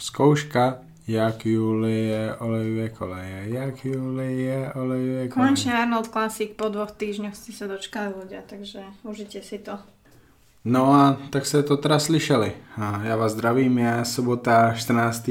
Zkouška, jak Julie olejuje koleje, jak Julie olejuje koleje. Konečne Arnold Classic, po 2 týždňoch ste sa dočkali ľudia, takže užite si to. No a tak se to teda slyšeli. A já vás zdravím, je sobota 14.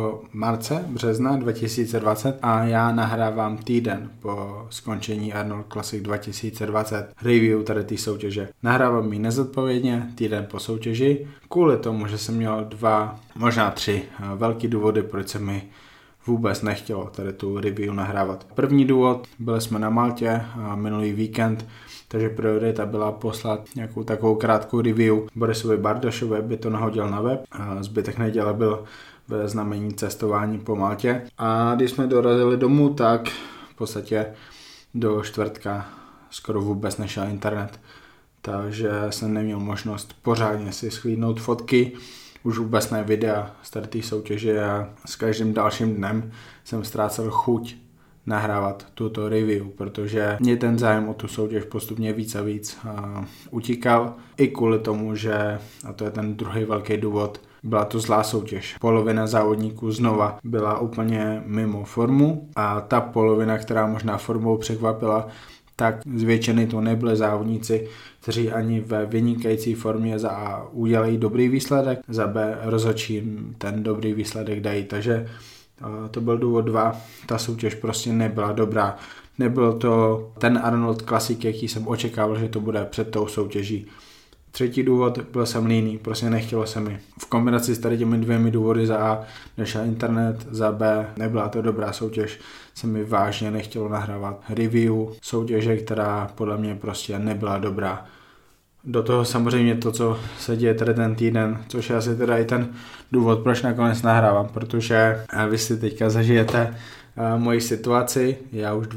března 2020 a já nahrávám týden po skončení Arnold Classic 2020 review tady té soutěže. Nahrávám ji nezodpovědně týden po soutěži, kvůli tomu, že jsem měl 2, možná 3 velký důvody, proč se mi vůbec nechtělo tady tu review nahrávat. První důvod, byli jsme na Maltě minulý víkend, takže priorita byla poslat nějakou takovou krátkou review Borisovi Bardošovi, by to nahodil na web. Zbytek neděle byl ve znamení cestování po Maltě. A když jsme dorazili domů, tak v podstatě do čtvrtka skoro vůbec nešel internet. Takže jsem neměl možnost pořádně si shlídnout fotky, už vůbec ne videa z té soutěže a s každým dalším dnem jsem ztrácel chuť nahrávat tuto review, protože mě ten zájem o tu soutěž postupně víc a víc utíkal. I kvůli tomu, že, a to je ten druhý velký důvod, byla to zlá soutěž. Polovina závodníků znova byla úplně mimo formu a ta polovina, která možná formou překvapila, tak z většiny to nebyly závodníci, kteří ani ve vynikající formě za A udělají dobrý výsledek, za B rozhodčím ten dobrý výsledek dají. Takže to byl důvod 2, ta soutěž prostě nebyla dobrá. Nebyl to ten Arnold Classic, jaký jsem očekával, že to bude před tou soutěží. Třetí důvod, byl jsem líný, prostě nechtělo se mi. V kombinaci s tady těmi 2 důvody, za A nešel internet, za B nebyla to dobrá soutěž, se mi vážně nechtělo nahrávat review soutěže, která podle mě prostě nebyla dobrá. Do toho samozřejmě to, co se děje tady ten týden, což je asi teda i ten důvod, proč nakonec nahrávám, protože vy si teďka zažijete moji situaci, já už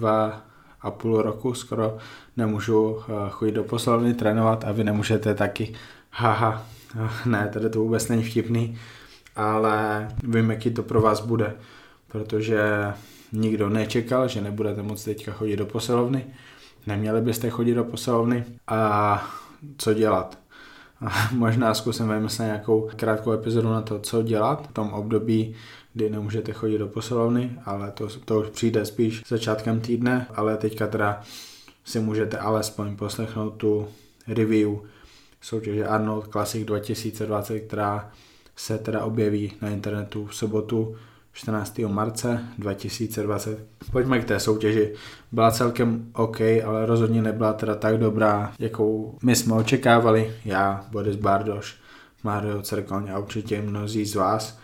2,5 roku skoro nemůžu chodit do posilovny trénovat a vy nemůžete taky. Haha, ne, tady to vůbec není vtipný, ale vím, jaký to pro vás bude, protože nikdo nečekal, že nebudete moct teďka chodit do posilovny, neměli byste chodit do posilovny a co dělat. Možná zkusím vymyslet nějakou krátkou epizodu na to, co dělat v tom období, kdy nemůžete chodit do posilovny, ale to už přijde spíš začátkem týdne, ale teďka teda si můžete alespoň poslechnout tu review soutěže Arnold Classic 2020, která se teda objeví na internetu v sobotu 14. marce 2020. Pojďme k té soutěži. Byla celkem OK, ale rozhodně nebyla teda tak dobrá, jakou my jsme očekávali. Já, Boris Bardoš, Mário Cerkoň a určitě mnozí z vás,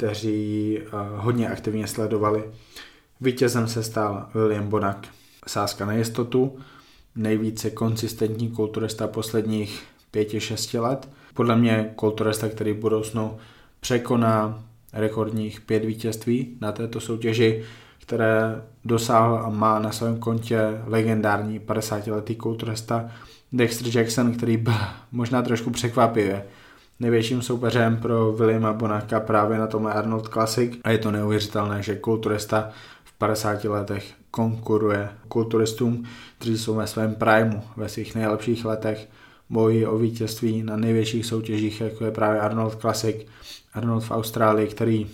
kteří hodně aktivně sledovali. Vítězem se stal William Bonac. Sázka na jistotu, nejvíce konsistentní kulturista posledních 5-6 let. Podle mě kulturista, který v budoucnu překoná rekordních 5 vítězství na této soutěži, které dosáhl a má na svém kontě legendární 50-letý kulturista Dexter Jackson, který byl možná trošku překvapivě největším soupeřem pro Williama Bonaca právě na tomhle Arnold Classic a je to neuvěřitelné, že kulturista v 50 letech konkuruje kulturistům, kteří jsou ve svém primu, ve svých nejlepších letech, bojují o vítězství na největších soutěžích, jako je právě Arnold Classic, Arnold v Austrálii, který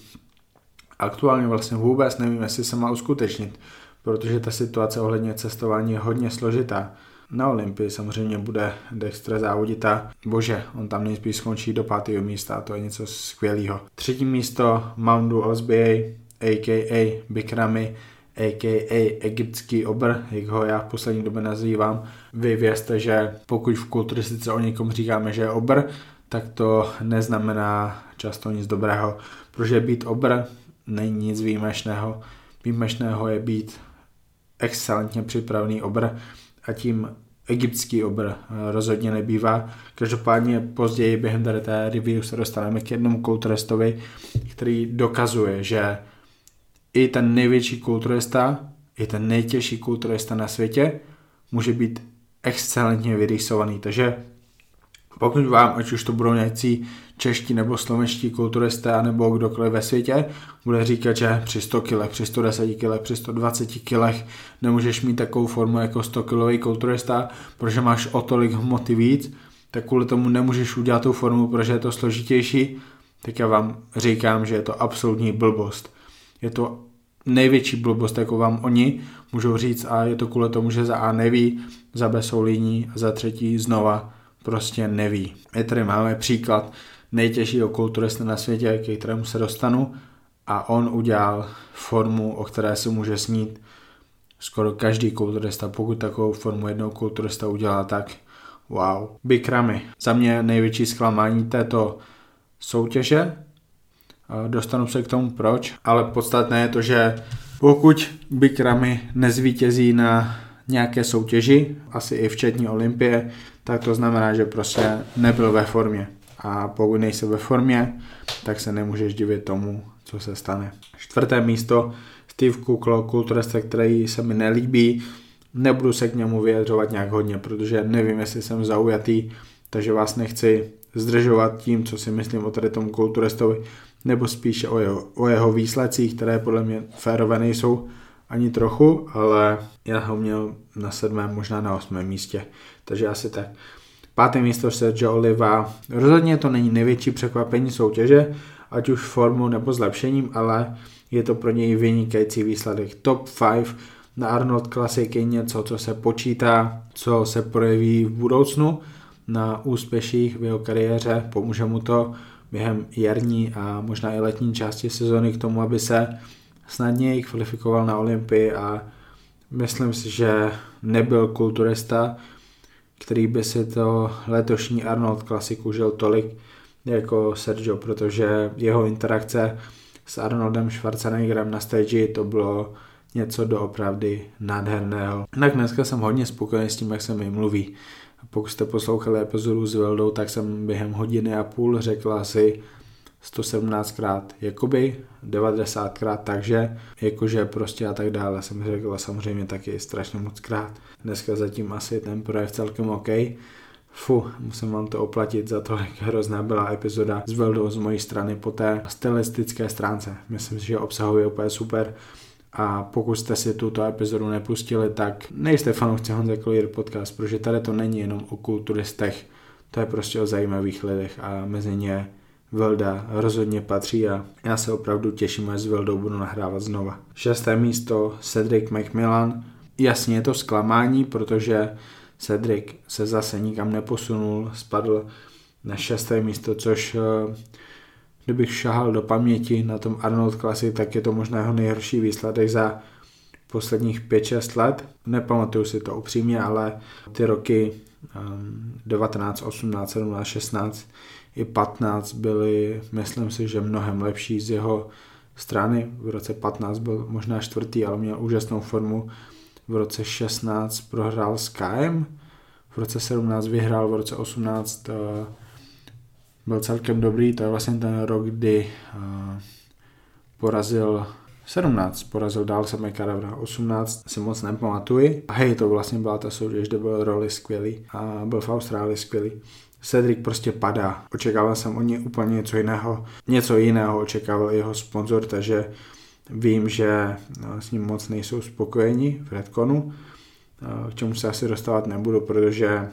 aktuálně vlastně vůbec nevím, jestli se má uskutečnit, protože ta situace ohledně cestování je hodně složitá. Na Olympii samozřejmě bude Dexter závodit a bože, on tam nejspíš skončí do 5. místa, to je něco skvělého. 3. místo Moundu Osbiey, a.k.a. Bikrami, a.k.a. egyptský obr, jak ho já v poslední době nazývám. Vy vězte, že pokud v kulturistice o někom říkáme, že je obr, tak to neznamená často nic dobrého, protože být obr není nic výjimečného. Výjimečného je být excelentně připravený obr a tím egyptský obr rozhodně nebývá. Každopádně později během tady té review se dostaneme k jednomu kulturistovi, který dokazuje, že i ten největší kulturista, i ten nejtěžší kulturista na světě může být excelentně vyrýsovaný. Takže pokud vám, ať už to budou nějací čeští nebo slovenští kulturisté, nebo kdokoliv ve světě, bude říkat, že při 100 kg, při 110 kg, při 120 kg nemůžeš mít takovou formu jako 100 kg kulturista, protože máš o tolik hmoty víc, tak kvůli tomu nemůžeš udělat tu formu, protože je to složitější, tak já vám říkám, že je to absolutní blbost. Je to největší blbost, jako vám oni můžou říct a je to kvůli tomu, že za A neví, za B jsou líní a za třetí znova prostě neví. My tady máme příklad nejtěžšího kulturisty na světě, ke kterému se dostanu a on udělal formu, o které si může snít skoro každý kulturista. Pokud takovou formu jednou kulturista udělá, tak wow. Big Ramy. Za mě největší zklamání této soutěže. Dostanu se k tomu proč, ale podstatné je to, že pokud Big Ramy nezvítězí na nějaké soutěži, asi i včetně Olympie, tak to znamená, že prostě nebyl ve formě. A pokud nejsi ve formě, tak se nemůžeš divit tomu, co se stane. 4. místo Steve Kuklo, kulturista, který se mi nelíbí. Nebudu se k němu vyjadřovat nějak hodně, protože nevím, jestli jsem zaujatý, takže vás nechci zdržovat tím, co si myslím o tady tomu kulturistovi, nebo spíše o jeho výsledcích, které podle mě férové nejsou ani trochu, ale já ho měl na 7., možná na 8. místě, takže asi tak. 5. místo Sergio Oliva. Rozhodně to není největší překvapení soutěže, ať už formou nebo zlepšením, ale je to pro něj vynikající výsledek. Top 5 na Arnold Classic je něco, co se počítá, co se projeví v budoucnu na úspěších v jeho kariéře. Pomůže mu to během jarní a možná i letní části sezony k tomu, aby se snadněji kvalifikoval na Olympii a myslím si, že nebyl kulturista, který by si to letošní Arnold Classic užil tolik jako Sergio, protože jeho interakce s Arnoldem Schwarzeneggerem na stage to bylo něco doopravdy nádherného. Tak dneska jsem hodně spokojený s tím, jak se mi mluví. Pokud jste poslouchali epizodu s Vildou, tak jsem během 1,5 hodiny řekl asi 117krát jakoby, 90krát takže, jakože prostě a tak dále. Jsem řekl samozřejmě taky strašně moc krát. Dneska zatím asi ten projev celkem OK. Musím vám to oplatit za to, jak hrozná byla epizoda s Vildou z mojí strany po té stylistické stránce. Myslím si, že obsahově úplně super. A pokud jste si tuto epizodu nepustili, tak nejste fanoušci Honza Collier podcast, protože tady to není jenom o kulturistech, to je prostě o zajímavých lidech a mezi ně Vilda rozhodně patří a já se opravdu těším, až s Vildou budu nahrávat znova. 6. místo Cedric McMillan. Jasně je to zklamání, protože Cedric se zase nikam neposunul, spadl na 6. místo, což kdybych šahal do paměti na tom Arnold Classic, tak je to možná jeho nejhorší výsledek za posledních 5-6 let. Nepamatuju si to upřímně, ale ty roky 19, 18, 17, 16 i 15 byly, myslím si, že mnohem lepší z jeho strany. V roce 15 byl možná 4., ale měl úžasnou formu. V roce 16 prohrál s KM, v roce 17 vyhrál, v roce 18 byl celkem dobrý, to je vlastně ten rok, kdy porazil 17, porazil dál se Mekarabra, 18 si moc nepamatuji. A hej, to vlastně byla ta soutěž, kde byl Rolly skvělý a byl v Austrálii skvělý. Cedric prostě padá, očekával jsem od něj úplně něco jiného očekával jeho sponzor, takže vím, že s ním moc nejsou spokojeni v Redconu, k čemu se asi dostávat nebudu, protože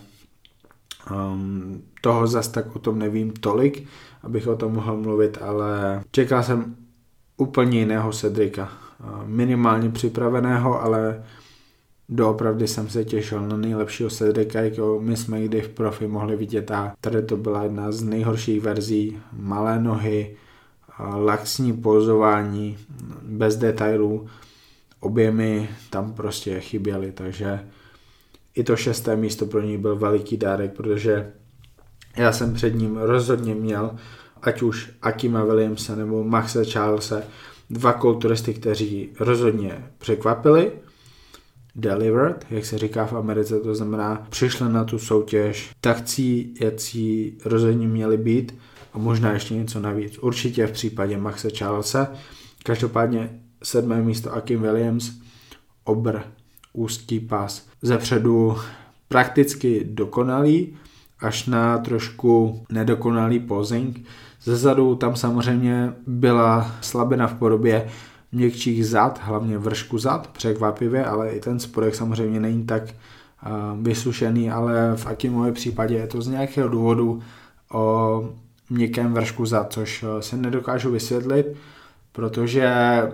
toho zas tak o tom nevím tolik, abych o tom mohl mluvit, ale čekal jsem úplně jiného Cedrica. Minimálně připraveného, ale doopravdy jsem se těšil na nejlepšího Cedrica, jako my jsme kdy v profi mohli vidět a tady to byla jedna z nejhorších verzí, malé nohy, laxní pozování, bez detailů, objemy tam prostě chyběly, takže i to 6. místo pro něj byl veliký dárek, protože já jsem před ním rozhodně měl, ať už Akima Williamse nebo Maxe Charlese, 2 kulturisty, kteří rozhodně překvapili, delivered, jak se říká v Americe, to znamená přišli na tu soutěž takcí, jací rozhodně měli být a možná ještě něco navíc. Určitě v případě Maxe Charlese. Každopádně 7. místo Akim Williams, obr, úzký pas. Zepředu prakticky dokonalý, až na trošku nedokonalý posing. Zezadu tam samozřejmě byla slabina v podobě měkčích zad, hlavně vršku zad, překvapivě, ale i ten spodek samozřejmě není tak vysušený, ale v Akimově případě je to z nějakého důvodu o měkkém vršku zad, což se nedokážu vysvětlit, protože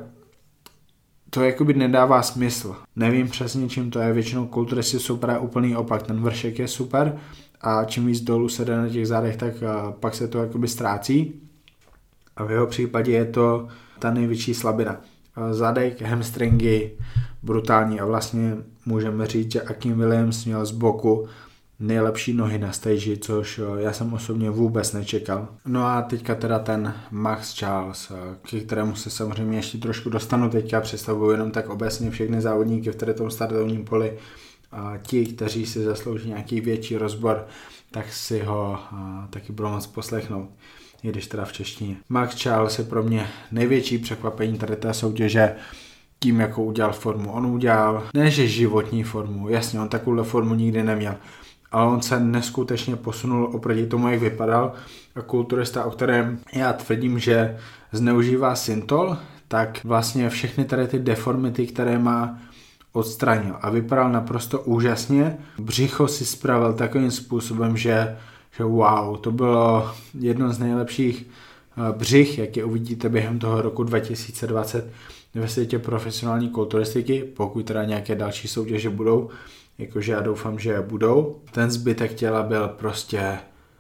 to jakoby nedává smysl. Nevím přesně, čím to je, většinou kulturisty jsou právě úplný opak, ten vršek je super a čím víc dolů se jde na těch zádech, tak pak se to jakoby ztrácí a v jeho případě je to ta největší slabina. Zadek, hamstringy, brutální a vlastně můžeme říct, že Akim Williams měl z boku nejlepší nohy na stage, což já jsem osobně vůbec nečekal. No a teďka teda ten Max Charles, ke kterému se samozřejmě ještě trošku dostanu, teďka představuju jenom tak obecně všechny závodníky v tom startovním poli. A ti, kteří si zaslouží nějaký větší rozbor, tak si ho taky budou moc poslechnout, i když teda v češtině. Max Charles je pro mě největší překvapení tady té soutěže, tím, jakou udělal formu. On udělal, ne že životní formu, jasně, on takovou formu nikdy neměl, ale on se neskutečně posunul oproti tomu, jak vypadal, a kulturista, o kterém já tvrdím, že zneužívá syntol, tak vlastně všechny tady ty deformity, které má, odstranil a vypadal naprosto úžasně. Břicho si spravil takovým způsobem, že wow, to bylo jedno z nejlepších břich, jak je uvidíte během toho roku 2020 ve světě profesionální kulturistiky, pokud teda nějaké další soutěže budou, jakože já doufám, že budou. Ten zbytek těla byl prostě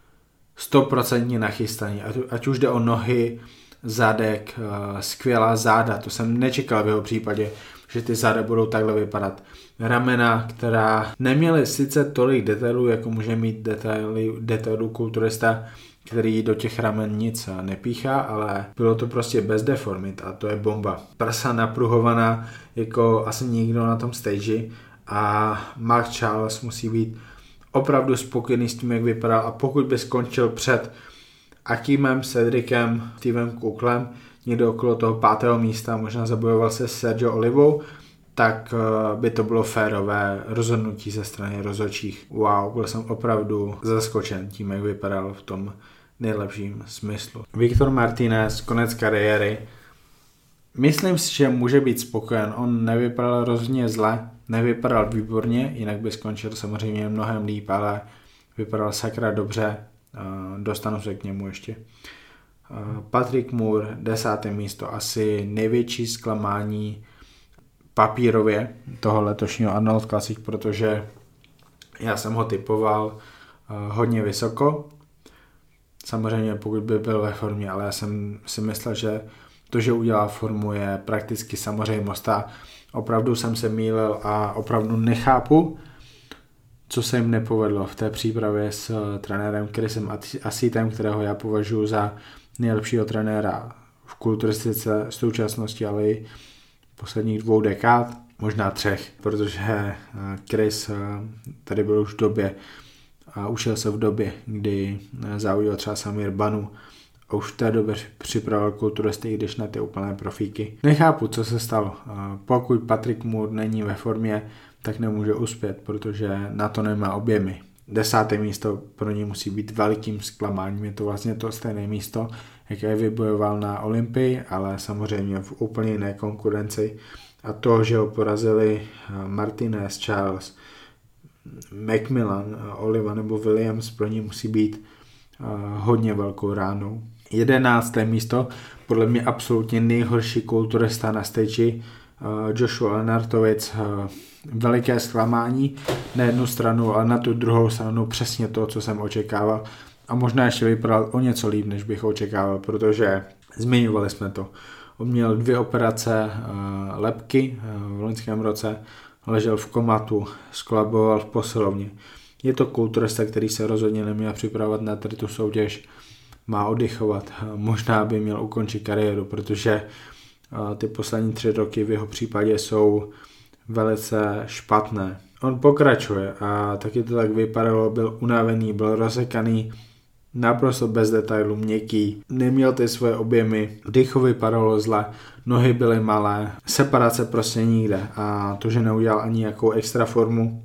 100% nachystaný, ať už jde o nohy, zadek, skvělá záda, to jsem nečekal v jeho případě, že ty záda budou takhle vypadat. Ramena, která neměly sice tolik detailů, jako může mít detailů kulturista, který do těch ramen nic nepíchá, ale bylo to prostě bez deformit a to je bomba. Prsa napruhovaná jako asi nikdo na tom stage a Max Charles musí být opravdu spokojený s tím, jak vypadal, a pokud by skončil před Akimem, Cedricem, Stevem Kuklem, někdo okolo toho 5. místa, možná zabojoval se s Sergio Olivou, tak by to bylo férové rozhodnutí ze strany rozhodčích. Wow, byl jsem opravdu zaskočen tím, jak vypadal v tom nejlepším smyslu. Viktor Martinez, konec kariéry. Myslím si, že může být spokojen. On nevypadal rozhodně zle, nevypadal výborně, jinak by skončil samozřejmě mnohem líp, ale vypadal sakra dobře. Dostanu se k němu ještě. Patrick Moore, 10. místo, asi největší zklamání papírově toho letošního Arnold Classic, protože já jsem ho typoval hodně vysoko. Samozřejmě pokud by byl ve formě, ale já jsem si myslel, že to, že udělá formu, je prakticky samozřejmost a opravdu jsem se mýlil a opravdu nechápu, co se jim nepovedlo v té přípravě s trenérem Chrisem Asitem, kterého já považuji za nejlepšího trenéra v kulturistice v současnosti, ale i posledních 2 dekád, možná 3, protože Chris tady byl už v době a ušel se v době, kdy závodil třeba Samir Banu a už v té době připravil kulturisty, i když na ty úplné profíky. Nechápu, co se stalo. Pokud Patrick Moore není ve formě, tak nemůže uspět, protože na to nemá objemy. 10. místo pro ně musí být velikým zklamáním, je to vlastně to stejné místo, jaké vybojoval na Olympii, ale samozřejmě v úplně jiné konkurenci. A to, že ho porazili Martinez, Charles, Macmillan, Oliva nebo Williams, pro ně musí být hodně velkou ránou. 11. místo, podle mě absolutně nejhorší kulturista na stage, Joshua Lenartovic, veliké zklamání na jednu stranu, ale na tu druhou stranu přesně to, co jsem očekával, a možná ještě vypadal o něco líp, než bych očekával, protože zmiňovali jsme to. On měl 2 operace lebky v loňském roce, ležel v komatu, skolaboval v posilovně. Je to kulturista, který se rozhodně neměl připravovat na tu soutěž, má oddychovat, možná by měl ukončit kariéru, protože ty poslední 3 roky v jeho případě jsou velice špatné. On pokračuje a taky to tak vypadalo, byl unavený, byl rozsekaný, naprosto bez detailů, měkký, neměl ty svoje objemy, dýcho vypadalo zle, nohy byly malé, separace prostě nikde a to, že neudělal ani jakou extra formu,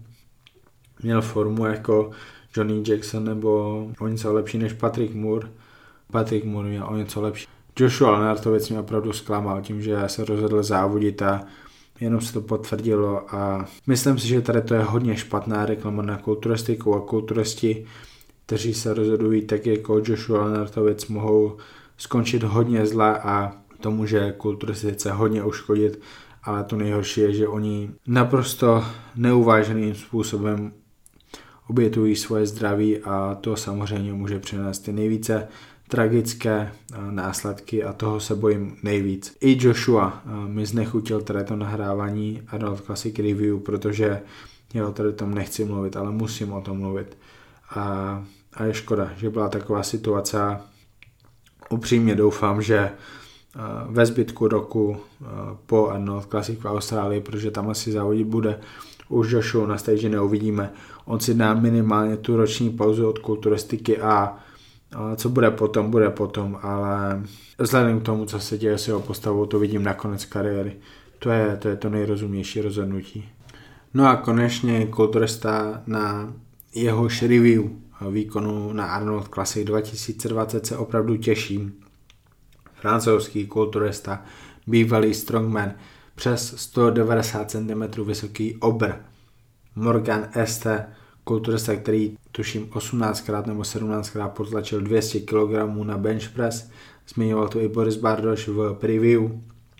měl formu jako Johnny Jackson nebo o něco lepší než Patrick Moore. Patrick Moore měl o něco lepší. Joshua Lenartovic mě opravdu zklamal tím, že se rozhodl závodit a jenom se to potvrdilo a myslím si, že tady to je hodně špatná reklama na kulturistiku a kulturisti kteří se rozhodují tak jako Joshua Lenartovic, mohou skončit hodně zle a to může kulturistice hodně uškodit, ale to nejhorší je, že oni naprosto neuváženým způsobem obětují svoje zdraví a to samozřejmě může přinést ty nejvíce tragické následky a toho se bojím nejvíc. I Joshua mi znechutil tady to nahrávání Arnold Classic Review, protože já o tady tom nechci mluvit, ale musím o tom mluvit. A je škoda, že byla taková situace. Upřímně doufám, že ve zbytku roku po Arnold Classic v Austrálii, protože tam asi závodit bude, už Joshua na stage neuvidíme. On si dá minimálně tu roční pauzu od kulturistiky a co bude potom, ale vzhledem k tomu, co se děje s jeho postavou, to vidím na konec kariéry. To je to nejrozumnější rozhodnutí. No a konečně kulturista na jehož review výkonu na Arnold Classic 2020 se opravdu těším. Francouzský kulturista, bývalý strongman, přes 190 cm vysoký obr, Morgan Este, kulturista, který tuším 18krát nebo 17krát potlačil 200 kg na bench press, zmiňoval to i Boris Bardoš v preview.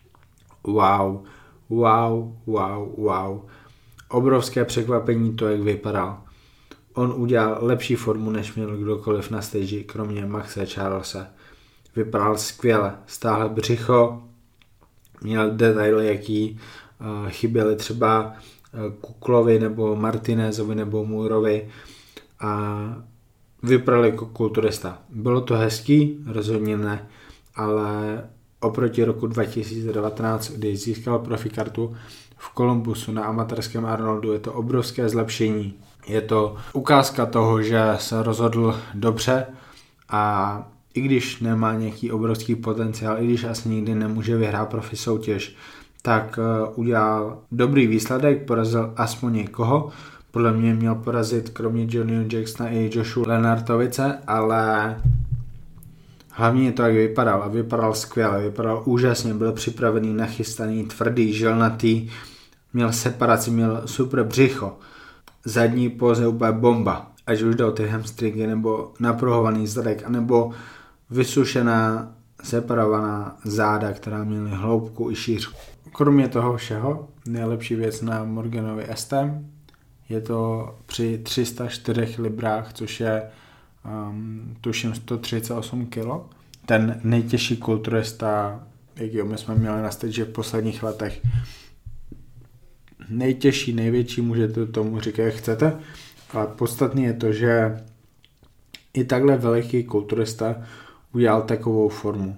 Wow. Obrovské překvapení to, jak vypadal. On udělal lepší formu, než měl kdokoliv na stage, kromě Maxe Charlese. Vypadal skvěle, stáhl břicho, měl detaily, jaký chyběly třeba Kuklovi nebo Martinezovi nebo Mooreovi a vypadal jako kulturista. Bylo to hezký, rozhodně ne, ale oproti roku 2019, kdy získal profikartu v Columbusu na amatérském Arnoldu, je to obrovské zlepšení. Je to ukázka toho, že se rozhodl dobře a i když nemá nějaký obrovský potenciál, i když asi nikdy nemůže vyhrát profi soutěž, tak udělal dobrý výsledek, porazil aspoň někoho. Podle mě měl porazit kromě Johnnyho Jacksona i Joshua Lenartovice, ale hlavně je to, jak vypadal. A vypadal skvěle, vypadal úžasně, byl připravený, nachystaný, tvrdý, žilnatý, měl separaci, měl super břicho. Zadní póze úplně bomba. Ať už jde o ty hamstringy, nebo napruhovaný zadek, anebo vysušená, separovaná záda, která měly hloubku i šířku. Kromě toho všeho, nejlepší věc na Morganovi ST je to při 304 librách, což je tuším 138 kg. Ten nejtěžší kulturista, jakýho my jsme měli na stage v posledních letech. Nejtěžší, největší, můžete tomu říkat, jak chcete, ale podstatné je to, že i takhle veliký kulturista udělal takovou formu.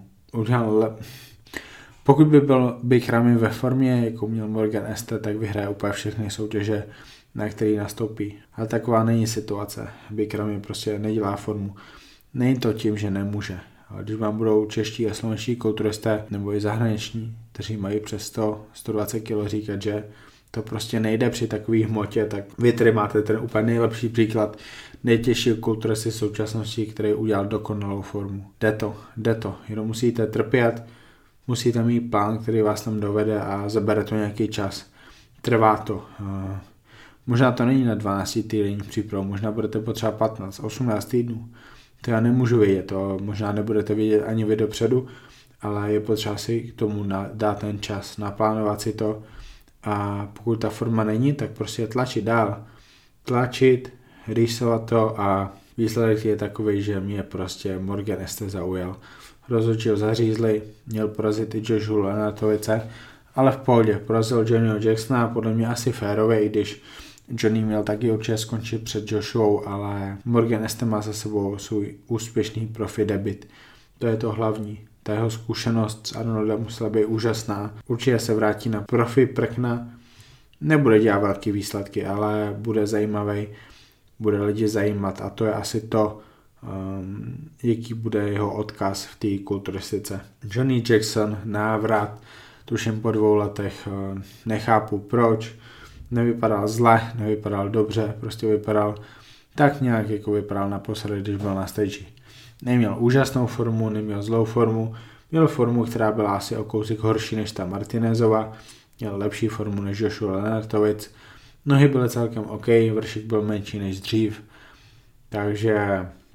Pokud by byl Big Ramy ve formě, jako měl Morgan Este, tak vyhraje úplně všechny soutěže, na který nastoupí. Ale taková není situace. Big Ramy prostě nedělá formu. Není to tím, že nemůže. Ale když vám budou čeští a slovenští kulturisté, nebo i zahraniční, kteří mají přes 100-120 kg říkat, že to prostě nejde při takové hmotě, tak vy tady máte ten úplně nejlepší příklad nejtěžšího kulturisty v současnosti, který udělal dokonalou formu. Jde to, jenom musíte trpět, musíte mít plán, který vás tam dovede a zabere to nějaký čas. Trvá to. Možná to není na 12 týdenní přípravu, možná budete potřeba 15-18 týdnů. To já nemůžu vědět, to možná nebudete vědět ani vy dopředu, ale je potřeba si k tomu dát ten čas, naplánovat si to a pokud ta forma není, tak prostě tlačit dál. Tlačit, rýsovat to a výsledek je takový, že mě prostě Morgan Este zaujal. Rozhodčil zařízli, měl porazit i Joshua Lenartovice, ale v pohodě, porazil Johnnyho Jacksona, podle mě asi férově, i když Johnny měl taky určitě skončit před Joshuou, ale Morgan Este má za sebou svůj úspěšný profi debut. To je to hlavní. Ta jeho zkušenost s Arnoldem musela být úžasná. Určitě se vrátí na profi prkna. Nebude dělat velké výsledky, ale bude zajímavý, bude lidi zajímat a to je asi to, jaký bude jeho odkaz v té kulturistice. Johnny Jackson, návrat, tuším po 2 letech, nechápu proč, nevypadal zle, nevypadal dobře, prostě vypadal tak nějak, jako vypadal naposledy, když byl na stage. Neměl úžasnou formu, neměl zlou formu, měl formu, která byla asi o kousek horší než ta Martinezova, měl lepší formu než Joshua Lenartovic, nohy byly celkem OK, vršek byl menší než dřív, takže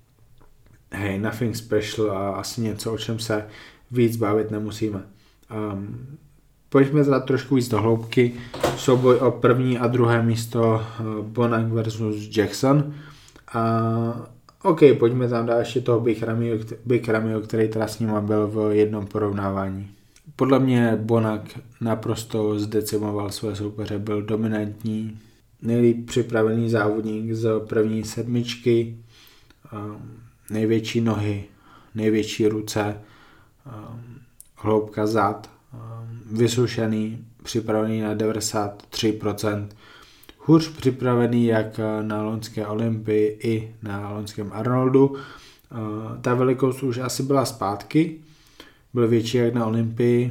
hej, nothing special a asi něco, o čem se víc bavit nemusíme. Pojďme teda trošku víc do hloubky. Souboj o první a druhé místo Bonac versus Jackson. OK, pojďme tam dát ještě toho Big Ramyho, který teda s nima byl v jednom porovnávání. Podle mě Bonac naprosto zdecimoval své soupeře, byl dominantní, nejlíp připravený závodník z první sedmičky, největší nohy, největší ruce, hloubka zad, vysušený, připravený na 93%, hůř připravený jak na loňské Olympii i na loňském Arnoldu. Ta velikost už asi byla zpátky, byl větší jak na Olympii,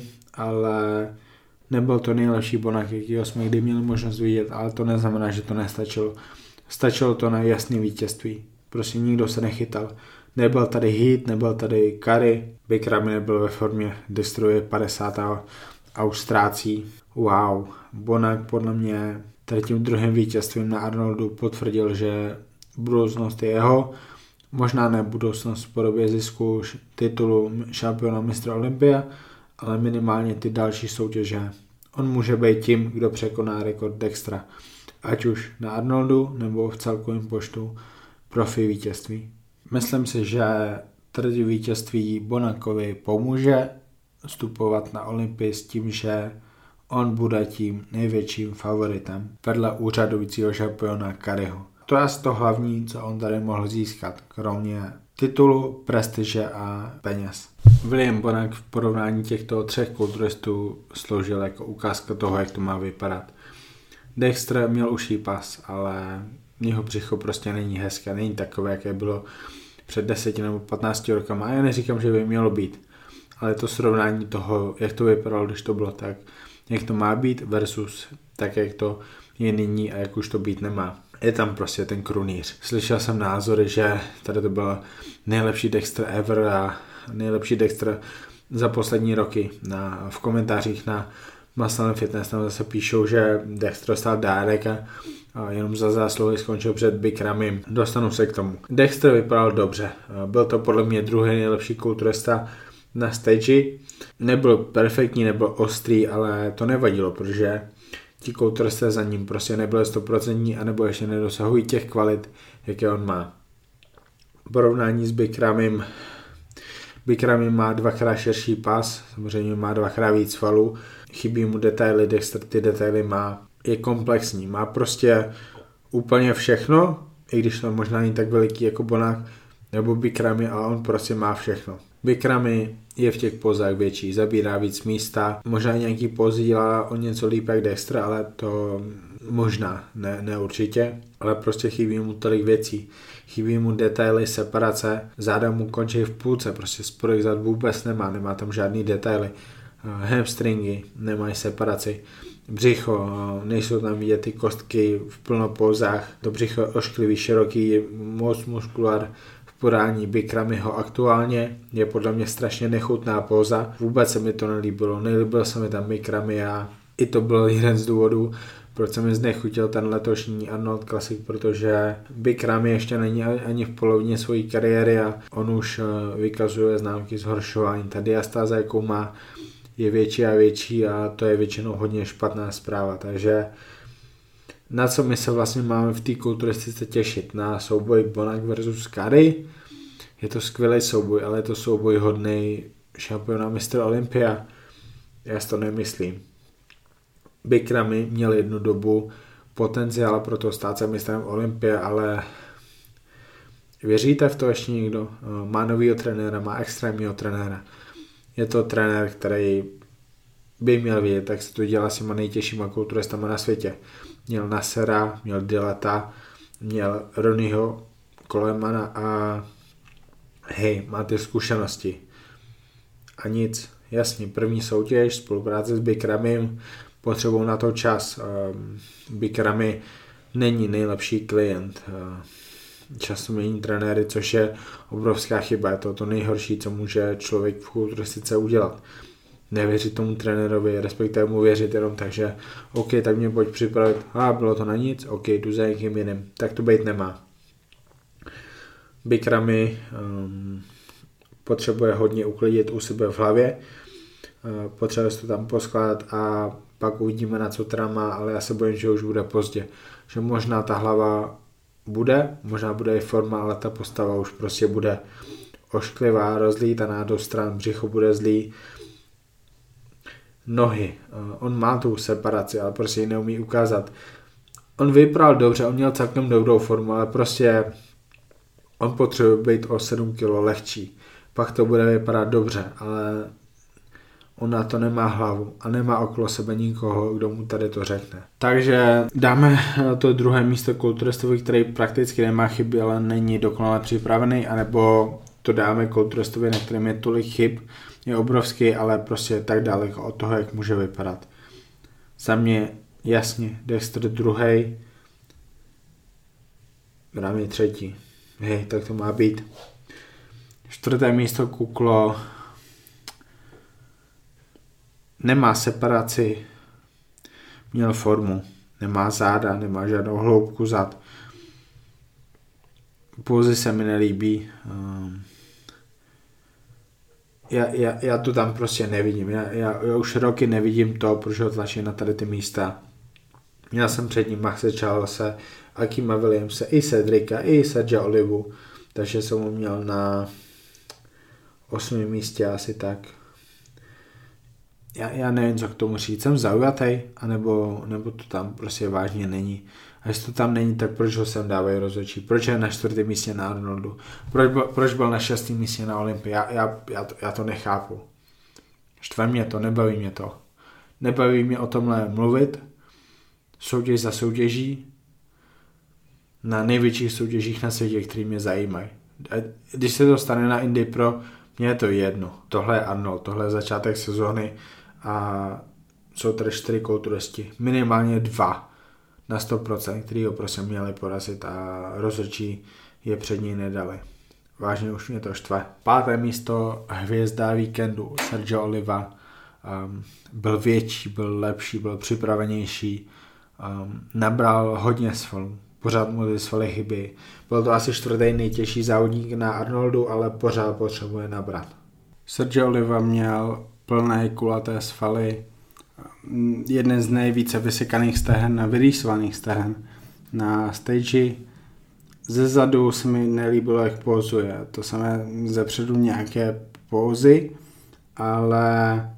ale nebyl to nejlepší Bonac, jakýho jsme kdy měli možnost vidět, ale to neznamená, že to nestačilo. Stačilo to na jasné vítězství. Prostě nikdo se nechytal. Nebyl tady Heat, nebyl tady Curry, Big Ramy nebyl ve formě, destruuje 50 a už ztrácí. Wow, Bonac podle mě tady tím druhým vítězstvím na Arnoldu potvrdil, že budoucnost je jeho, možná ne budoucnost v podobě zisku titulu šampiona mistra Olympia, ale minimálně ty další soutěže. On může být tím, kdo překoná rekord Dextra, ať už na Arnoldu nebo v celkovém počtu profi vítězství. Myslím si, že tady vítězství Bonacovi pomůže vstupovat na Olympii s tím, že on bude tím největším favoritem vedle úřadujícího šampiona Curryho. To je asi to hlavní, co on tady mohl získat, kromě titulu, prestiže a peněz. William Bonac v porovnání těchto třech kulturistů sloužil jako ukázka toho, jak to má vypadat. Dexter měl uší pas, ale jeho břicho prostě není hezké, není takové, jaké bylo před 10 nebo 15 rokama. A já neříkám, že by mělo být, ale to srovnání toho, jak to vypadalo, když to bylo tak, jak to má být versus tak, jak to je nyní a jak už to být nemá. Je tam prostě ten krunýř. Slyšel jsem názory, že tady to byl nejlepší Dexter ever a nejlepší Dexter za poslední roky. V komentářích na Muscle & Fitness tam zase píšou, že Dexter dostal dárek a jenom za zásluhy skončil před Big Ramym. Dostanu se k tomu. Dexter vypadal dobře. Byl to podle mě druhý nejlepší kulturista na stage. Nebyl perfektní, nebyl ostrý, ale to nevadilo, protože ti kulturisté za ním prostě nebyli 100% a nebo ještě nedosahují těch kvalit, jaké on má. Porovnání s Big Ramym. Big Ramy má dvakrát širší pas, samozřejmě má dvakrát víc svalů, chybí mu detaily, Dexter ty detaily má, je komplexní, má prostě úplně všechno, i když to možná není tak veliký jako Bonac nebo Big Ramy, ale on prostě má všechno. Big Ramy je v těch pozách větší, zabírá víc místa, možná nějaký pozy dělá o něco líp jak Dexter, ale to možná, ne určitě, ale prostě chybí mu tolik věcí. Chybí mu detaily, separace, záda mu končí v půlce, prostě spodek zad vůbec nemá tam žádný detaily. Hamstringy nemají separaci, břicho, nejsou tam vidět ty kostky v plno pózách, to břicho je ošklivý, široký, moc muskulár v podání Big Ramyho aktuálně, je podle mě strašně nechutná póza, vůbec se mi to nelíbil se mi tam Big Ramy a i to byl jeden z důvodů, proč jsem mi znechutil ten letošní Arnold Classic, protože Big Ramy ještě není ani v polovině své kariéry a on už vykazuje známky zhoršování. Ta diastáza, jakou má, je větší a větší a to je většinou hodně špatná zpráva, takže na co my se vlastně máme v té kulturistice těšit? Na souboj Bonac versus Curry? Je to skvělý souboj, ale je to souboj hodnej šampiona mistra Olympia? Já si to nemyslím. Big Ramy měl jednu dobu potenciál pro to stát se mistrem Olympia, ale věříte v to ještě někdo? Má novýho trenéra, má extrémního trenéra. Je to trenér, který by měl vědět, jak se to dělá s těma nejtěžšíma kulturistama na světě. Měl Nassera, měl Dilata, měl Ronnieho Colemana a hej, má ty zkušenosti. A nic, jasně, první soutěž, spolupráce s Big Ramym, potřebují na to čas. Big Ramy není nejlepší klient. Často mění trenéry, což je obrovská chyba. Je to nejhorší, co může člověk v kulturistice udělat. Nevěřit tomu trenérovi, respektive mu věřit jenom tak, že OK, tak mě pojď připravit, bylo to na nic, OK, jdu za někým jiným. Tak to být nemá. Bikram potřebuje hodně uklidit u sebe v hlavě, potřebuje se to tam poskládat a pak uvidíme, na co teda má, ale já se bojím, že už bude pozdě. Že možná ta hlava bude, možná bude i forma, ale ta postava už prostě bude ošklivá, rozlítaná do stran, břicho bude zlý. Nohy, on má tu separaci, ale prostě ji neumí ukázat. On vypadal dobře, on měl celkem dobrou formu, ale prostě on potřebuje být o 7 kg lehčí. Pak to bude vypadat dobře, ale on na to nemá hlavu a nemá okolo sebe nikoho, kdo mu tady to řekne. Takže dáme to druhé místo kulturistovi, který prakticky nemá chyby, ale není dokonale připravený, anebo to dáme kulturistovi, na kterém je tolik chyb, je obrovský, ale prostě tak daleko od toho, jak může vypadat. Za mě jasně, Dexter druhý, Ramy třetí. Hej, tak to má být. Čtvrté místo Kuklo. Nemá separaci, měl formu, nemá záda, nemá žádnou hloubku zad. Pózy se mi nelíbí. Já to tam prostě nevidím. Já už roky nevidím to, proč ho tlačí na tady ty místa. Měl jsem před ním Maxe Charlese, Akima Williamse, i Cedrika, i Sergia Olivu, takže jsem ho měl na 8. místě asi tak. Já nevím, co k tomu říct. Jsem zaujatý, anebo to tam prostě vážně není. A jestli to tam není, tak proč ho sem dávají rozhodčí? Proč je na 4. místě na Arnoldu? Proč byl na 6. místě na Olympii? Já to nechápu. Štve mě to, nebaví mě to. Nebaví mě o tomhle mluvit. Soutěž za soutěží. Na největších soutěžích na světě, který mě zajímají. A když se to stane na Indy Pro, mně je to jedno. Tohle je Arnold, tohle je začátek sezóny a jsou tady 4 kulturisti. Minimálně 2 na 100%, který ho prostě měli porazit a rozhodčí je před ní nedali. Vážně už mě to štve. 5. místo, hvězda víkendu, Sergio Oliva. Byl větší, byl lepší, byl připravenější. Nabral hodně svalů. Pořád mu ty svaly chybí. Byl to asi 4. nejtěžší závodník na Arnoldu, ale pořád potřebuje nabrat. Sergio Oliva měl plné kulaté svaly, jeden z nejvíce vysekaných stehen a vyrýsovaných stehen na stage. Ze zadu se mi nelíbilo, jak pózuje. To samé ze předu nějaké pózy, ale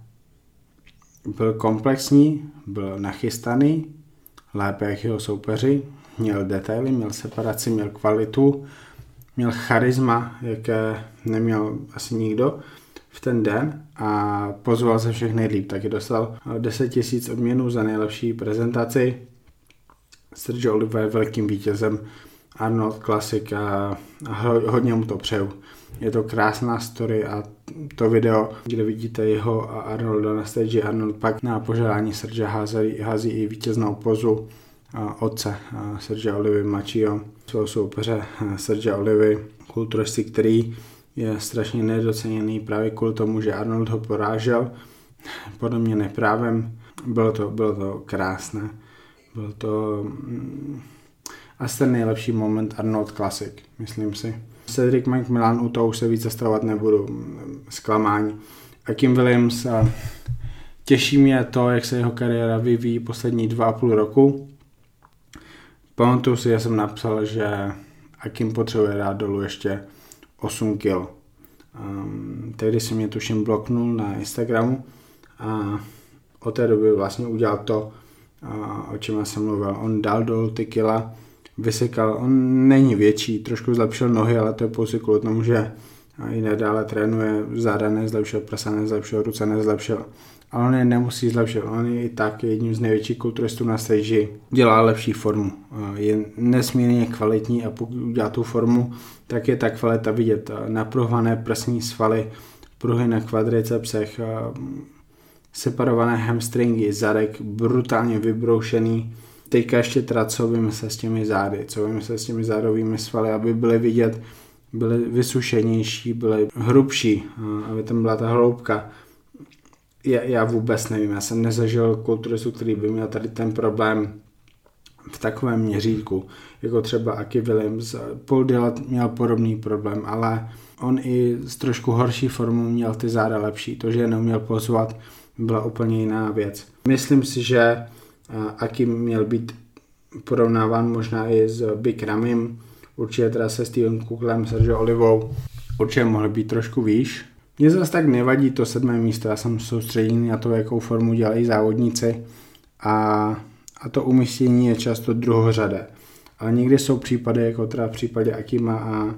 byl komplexní, byl nachystaný, lépe jak jeho soupeři. Měl detaily, měl separaci, měl kvalitu, měl charisma, jaké neměl asi nikdo v ten den a pozval se všech nejlíp. Taky dostal 10 000 odměnů za nejlepší prezentaci. Sergio Oliva je velkým vítězem Arnold Classic a hodně mu to přeju. Je to krásná story a to video, kde vidíte jeho a Arnolda na stage, Arnold pak na požádání Sergia hází i vítěznou pozu otce Sergia Olivy mladšího, svého soupeře Sergia Olivy, kulturisty, který je strašně nedoceněný právě kvůli tomu, že Arnold ho porážel, podle mě neprávem. Bylo to krásné. Byl to asi ten nejlepší moment Arnold Classic, myslím si. Cedric McMillan, u toho už se víc zastavovat nebudu, zklamání. Akim Williams, těší mě to, jak se jeho kariéra vyvíjí poslední 2,5 roku. Pamatuju si, já jsem napsal, že Akim potřebuje dát dolů ještě 8 kg. Tehdy si mě tuším bloknul na Instagramu a od té doby vlastně udělal to, o čem jsem mluvil. On dal dolů ty kila, vysekal, on není větší, trošku zlepšil nohy, ale to je pouze kvůli tomu, že i nadále trénuje, záda nezlepšil, prsa nezlepšil, ruce nezlepšil. Ale on je nemusí zlepšit, on je i tak jedním z největších kulturistů na stage, dělá lepší formu, je nesmírně kvalitní a pokud udělá tu formu, tak je ta kvalita vidět. Napruhované prsní svaly, pruhy na kvadricepsech, separované hamstringy, zadek brutálně vybroušený. Teďka ještě teda co vymyslet s těmi zády, co vymyslet s těmi zádovými svaly, aby byly vidět, byly vysušenější, byly hrubší, aby tam byla ta hloubka. Já vůbec nevím, já jsem nezažil kulturistu, který by měl tady ten problém. v takovém měřítku, jako třeba Aki Williams. Paul Dillard měl podobný problém, ale on i s trošku horší formou měl ty záda lepší. To, že je neuměl pozvat, byla úplně jiná věc. Myslím si, že Aki měl být porovnáván možná i s Big Ramim, určitě teda se Steven Cooklem, Sergio Olivou, určitě mohl být trošku výš. Mně zase tak nevadí to 7. místo, já jsem soustředěný na to, jakou formu dělají závodníci a to umístění je často druhořadé. Ale někdy jsou případy, jako teda v případě Akima a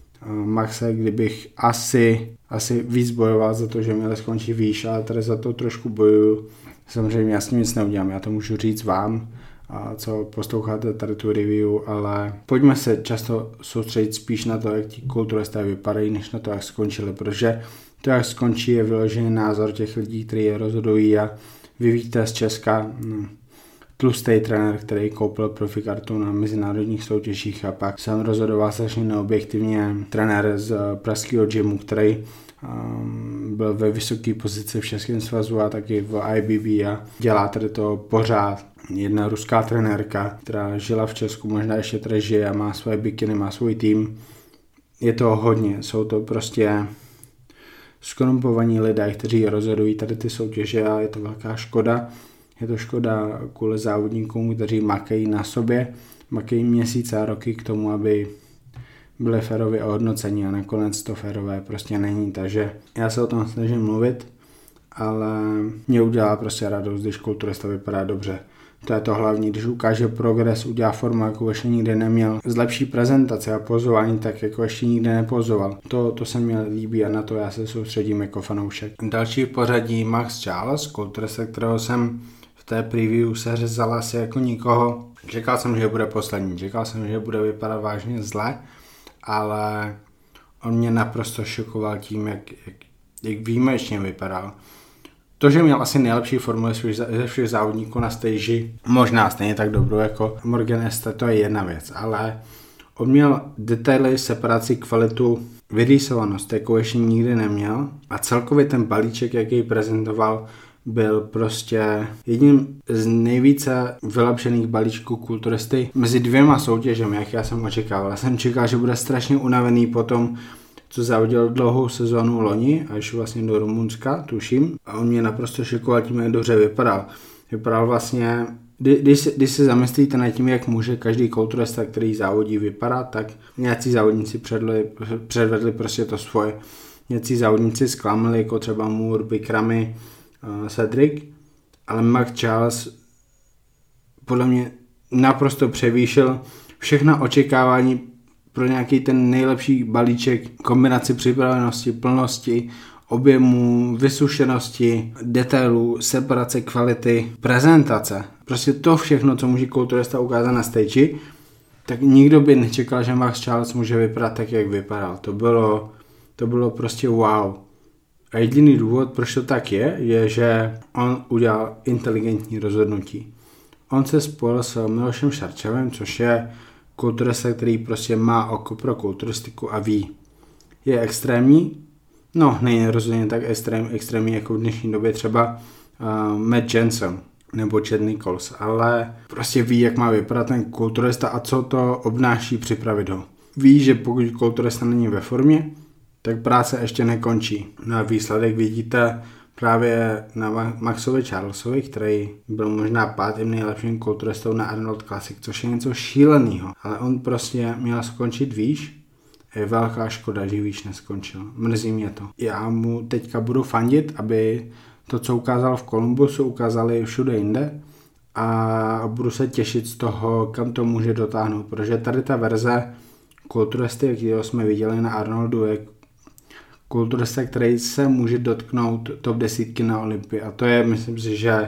Maxe, kdybych asi víc bojoval za to, že měli skončit výš, ale tady za to trošku bojuju. Samozřejmě já s tím nic neudělám, já to můžu říct vám, co posloucháte tady tu review, ale pojďme se často soustředit spíš na to, jak ti kulturisté vypadají, než na to, jak skončili, protože to, jak skončí, je vyložený názor těch lidí, kteří je rozhodují a vy víte z Česka, tlustý trenér, který koupil profikartu na mezinárodních soutěžích a pak jsem rozhodoval strašně neobjektivně trenér z pražského gymu, který byl ve vysoké pozici v Českém svazu a taky v IBB a dělá tady to pořád. Jedna ruská trenérka, která žila v Česku, možná ještě tady žije a má svoje bikiny, má svůj tým. Je to hodně, jsou to prostě skorumpovaní lidé, kteří rozhodují tady ty soutěže a je to velká škoda. Je to škoda kvůli závodníkům, kteří makají na sobě, makají měsíce a roky k tomu, aby byly férově ohodnocení a nakonec to férové prostě není, takže já se o tom snažím mluvit, ale mě udělá prostě radost, když kulturista vypadá dobře. To je to hlavní, když ukáže progres, udělá formu, jako ještě nikdy neměl, zlepší prezentace a pozování, tak jako ještě nikdy nepozoval. To se mi líbí a na to já se soustředím jako fanoušek. Další v pořadí Max Charles, kulturista, kterého jsem v té preview seřezal asi jako nikoho. Čekal jsem, že bude poslední, čekal jsem, že bude vypadat vážně zle, ale on mě naprosto šokoval tím, jak výjimečně vypadal. To, že měl asi nejlepší formu ze všech závodníků na stage, možná stejně tak dobrou jako Morgan Este, to je jedna věc, ale on měl detaily, separaci, kvalitu, vyrýsovanost, jakou ještě nikdy neměl a celkově ten balíček, jaký prezentoval, byl prostě jedním z nejvíce vylepšených balíčků kulturisty mezi dvěma soutěžemi, jak já jsem očekával. Já jsem čekal, že bude strašně unavený potom, co závodil dlouhou sezónu loni, až vlastně do Rumunska, tuším. A on mě naprosto šokoval tím, jak dobře vypadal. Vypadal vlastně, když se zamyslíte nad tím, jak může každý kulturista, který závodí, vypadat, tak nějací závodníci předvedli prostě to svoje. Nějací závodníci zklamali, jako třeba Moore, Bikrami, Cedric, ale Max Charles podle mě naprosto převýšil všechna očekávání pro nějaký ten nejlepší balíček kombinaci připravenosti, plnosti, objemu, vysušenosti, detailů, separace, kvality, prezentace. Prostě to všechno, co může kulturista ukázat na stage, tak nikdo by nečekal, že Max Charles může vypadat tak, jak vypadal. To bylo prostě wow. A jediný důvod, proč to tak je, že on udělal inteligentní rozhodnutí. On se spojil s Milošem Šarčevem, což je kulturista, který prostě má oko pro kulturistiku a ví. Je extrémní? No, není rozhodně tak extrémní jako v dnešní době třeba Matt Jensen nebo Chad Nichols, ale prostě ví, jak má vypadat ten kulturista a co to obnáší připravit ho. Ví, že pokud kulturista není ve formě, tak práce ještě nekončí. Na výsledek vidíte právě na Maxovi Charlesovi, který byl možná 5. nejlepším kulturistou na Arnold Classic, což je něco šíleného. Ale on prostě měl skončit výš a je velká škoda, že výš neskončil. Mrzí mě to. Já mu teďka budu fandit, aby to, co ukázal v Kolumbusu, ukázali všude jinde a budu se těšit z toho, kam to může dotáhnout, protože tady ta verze kulturisty, kterého jsme viděli na Arnoldu, je kulturista, který se může dotknout top 10 na Olympii a to je, myslím si, že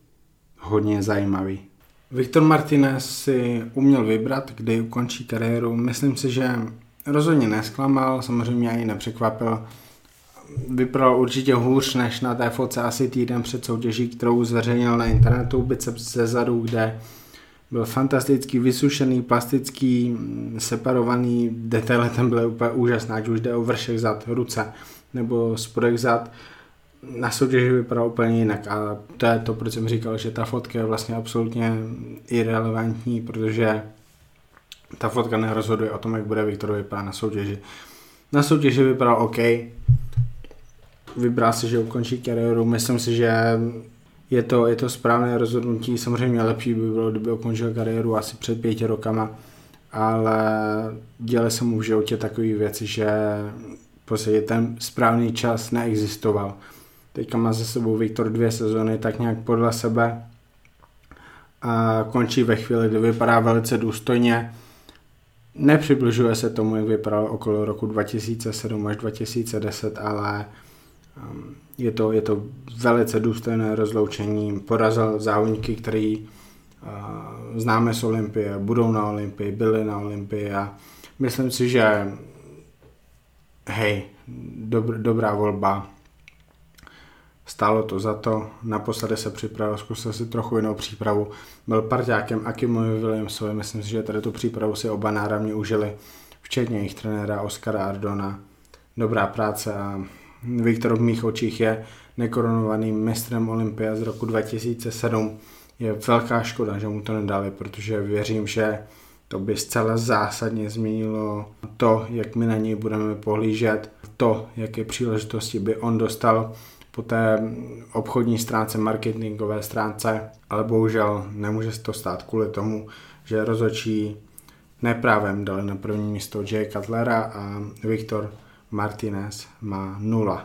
hodně zajímavý. Viktor Martinez si uměl vybrat, kdy ukončí kariéru. Myslím si, že rozhodně nesklamal, samozřejmě ani nepřekvapil. Vypadal určitě hůř než na té fotce asi týden před soutěží, kterou zveřejnil na internetu, biceps ze zadu, kde byl fantastický, vysušený, plastický, separovaný, detaily tam byly úplně úžasné, ať už jde o vršek zad, ruce nebo spodek zad. na soutěži vypadal úplně jinak a to je to, proč jsem říkal, že ta fotka je vlastně absolutně irelevantní, protože ta fotka nerozhoduje o tom, jak bude Viktor vypadat na soutěži. Na soutěži vypadal OK, vybral si, že ukončí kariéru, myslím si, že je to správné rozhodnutí, samozřejmě lepší by bylo, kdyby ukončil kariéru asi před 5 rokama, ale dělaly se mu v životě takové věci, že v podstatě ten správný čas neexistoval. Teďka má za sebou Viktor 2 sezony tak nějak podle sebe a končí ve chvíli, kdy vypadá velice důstojně. Nepřibližuje se tomu, jak vypadal okolo roku 2007 až 2010, ale je to velice důstojné rozloučení. Porazil závodníky, který známe z Olympie, budou na Olympii, byli na Olympii a myslím si, že dobrá volba. Stálo to za to, naposledy se připravil, zkusil si trochu jinou přípravu. Byl parťákem Akimovi Williamsovi, myslím si, že tady tu přípravu si oba náramně užili, včetně jejich trenéra Oskara Ardona. Dobrá práce a Viktor v mých očích je nekorunovaným mistrem Olympia z roku 2007. Je velká škoda, že mu to nedali, protože věřím, že to by zcela zásadně změnilo to, jak my na něj budeme pohlížet, to, jaké příležitosti by on dostal po té obchodní stránce, marketingové stránce, ale bohužel nemůže se to stát kvůli tomu, že rozhodčí neprávem dali na první místo Jay Cutlera a Viktor Martinez má 0.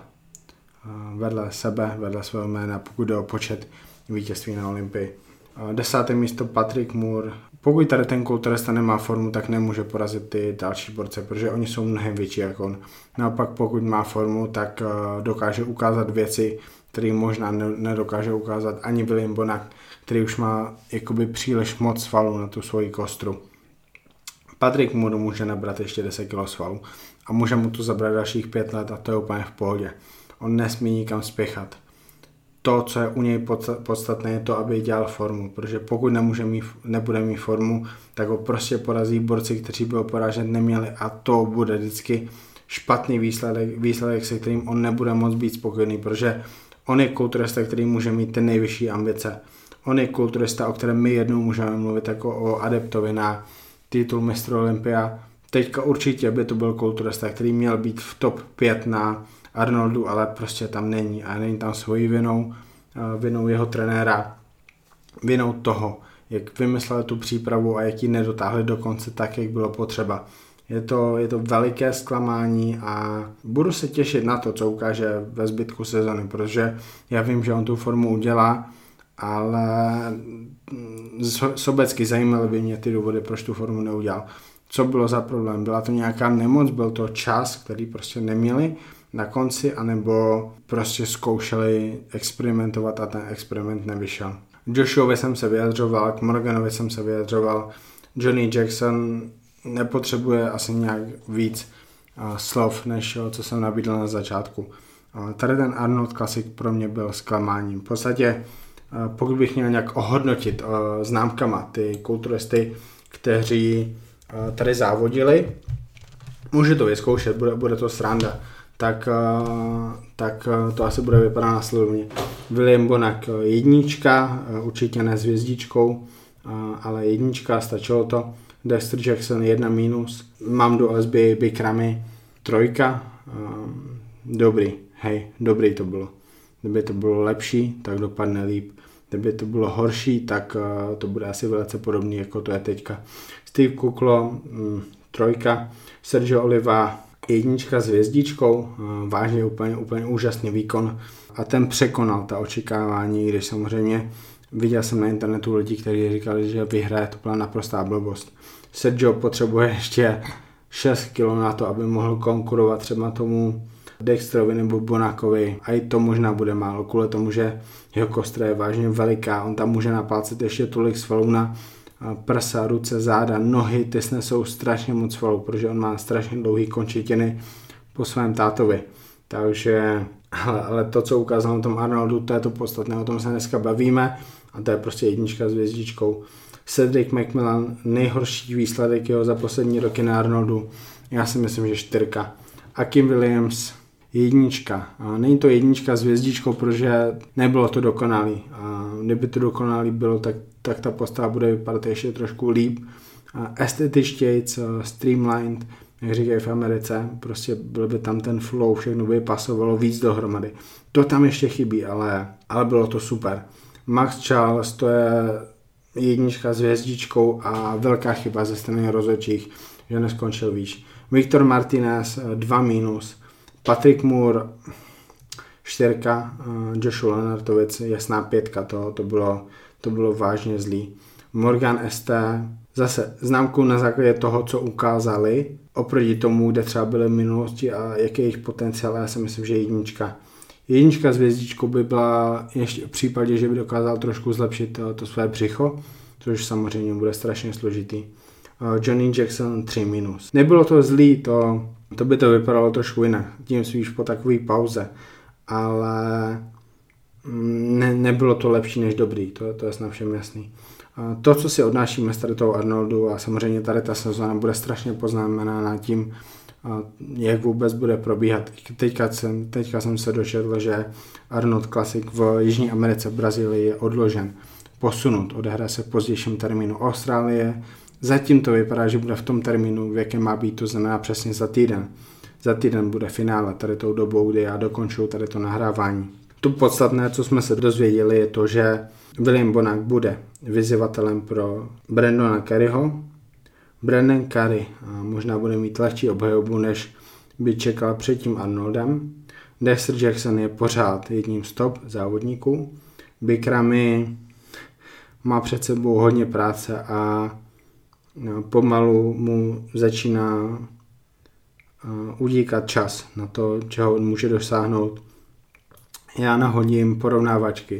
Vedle sebe, vedle svého jména, pokud jde o počet vítězství na Olympii. 10. místo Patrick Moore. Pokud tady ten kulturista nemá formu, tak nemůže porazit ty další borce, protože oni jsou mnohem větší jako on. Naopak pokud má formu, tak dokáže ukázat věci, které možná nedokáže ukázat ani William Bonac, který už má jakoby příliš moc svalů na tu svoji kostru. Patrick Moore může nabrat ještě 10 kg svalů a může mu to zabrat dalších 5 let a to je úplně v pohodě. On nesmí nikam spěchat. To, co je u něj podstatné, je to, aby dělal formu, protože pokud nebude mít formu, tak ho prostě porazí borci, kteří by ho porážet neměli a to bude vždycky špatný výsledek, se kterým on nebude moc být spokojený, protože on je kulturista, který může mít ten nejvyšší ambice. On je kulturista, o kterém my jednou můžeme mluvit jako o adeptovi na titul mistra Olympia. Teďka určitě by to byl kulturista, který měl být v top 5 na Arnoldu, ale prostě tam není a není tam svojí vinou jeho trenéra, vinou toho, jak vymysleli tu přípravu a jak ji nedotáhli do konce tak, jak bylo potřeba. Je to veliké zklamání a budu se těšit na to, co ukáže ve zbytku sezony, protože já vím, že on tu formu udělá, ale sobecky zajímaly by mě ty důvody, proč tu formu neudělal. Co bylo za problém? Byla to nějaká nemoc, byl to čas, který prostě neměli na konci, anebo prostě zkoušeli experimentovat a ten experiment nevyšel. Joshuovi jsem se vyjadřoval, k Morganovi jsem se vyjadřoval, Johnny Jackson nepotřebuje asi nějak víc slov, než co jsem nabídl na začátku. Tady ten Arnold Classic pro mě byl zklamáním. V podstatě, pokud bych měl nějak ohodnotit známkama ty kulturisty, kteří tady závodili, může to vyzkoušet, bude to sranda, tak to asi bude vypadat následovně. William Bonac 1, určitě ne s hvězdičkou, ale 1, stačilo to. Dexter Jackson 1 minus, Mamdou Asbi Bikrami 3, dobrý to bylo. Kdyby to bylo lepší, tak dopadne líp. Kdyby to bylo horší, tak to bude asi velice podobný, jako to je teďka. Steve Kuklo 3, Sergio Oliva 1 s hvězdičkou, vážně úplně úžasný výkon a ten překonal ta očekávání, když samozřejmě viděl jsem na internetu lidi, kteří říkali, že vyhraje, to byla naprostá blbost. Sergio potřebuje ještě 6 kg na to, aby mohl konkurovat třeba tomu Dexterovi nebo Bonacovi a i to možná bude málo, kvůli tomu, že jeho kostra je vážně veliká, on tam může napácet ještě tolik svalů na prsa, ruce, záda, nohy, ty snesou strašně moc svalů, protože on má strašně dlouhý končetiny po svém tátovi. Takže, ale to, co ukázal na tom Arnoldu, to je to podstatné, o tom se dneska bavíme a to je prostě 1 s hvězdičkou. Cedric McMillan, nejhorší výsledek jeho za poslední roky na Arnoldu, já si myslím, že 4. Akim Williams jednička. A není to jednička s hvězdičkou, protože nebylo to dokonalý. A kdyby to dokonalý bylo, tak ta postava bude vypadat ještě trošku líp. Estetičtějc, streamlined, jak říkají v Americe, prostě byl by tam ten flow, všechno by pasovalo víc dohromady. To tam ještě chybí, ale bylo to super. Max Charles, to je jednička s hvězdičkou a velká chyba ze strany rozhodčích, že neskončil výš. Viktor Martinez 2-, Patrick Moore 4, Joshua Lenartovic jasná 5, to bylo vážně zlý. Morgan ST, zase známku na základě toho, co ukázali, oproti tomu, kde třeba byly v minulosti a jaký je jejich potenciál, já si myslím, že jednička. Jednička s hvězdičkou by byla ještě v případě, že by dokázal trošku zlepšit to své břicho, což samozřejmě bude strašně složitý. Johnny Jackson 3-. Nebylo to zlý, to by to vypadalo trošku jinak, tím spíš po takové pauze, ale nebylo to lepší než dobrý, to je snad všem jasný. To, co si odnášíme z tady toho Arnoldu, a samozřejmě tady ta sezóna bude strašně poznamenána tím, jak vůbec bude probíhat. Teďka jsem se dočetl, že Arnold Classic v Jižní Americe, v Brazílii je odložen, posunut, odehraje se v pozdějším termínu Austrálie. Zatím to vypadá, že bude v tom termínu, v jakém má být, to znamená přesně za týden. Za týden bude finále tady tou dobou, kdy já dokončuju tady to nahrávání. To podstatné, co jsme se dozvěděli, je to, že William Bonac bude vyzývatelem pro Brandona Curryho. Brandon Curry možná bude mít lehčí obhajobu, než by čekal před tím Arnoldem. Dexter Jackson je pořád jedním z top závodníků. Big Ramy má před sebou hodně práce a pomalu mu začíná utíkat čas na to, čeho on může dosáhnout. Já nahodím porovnávačky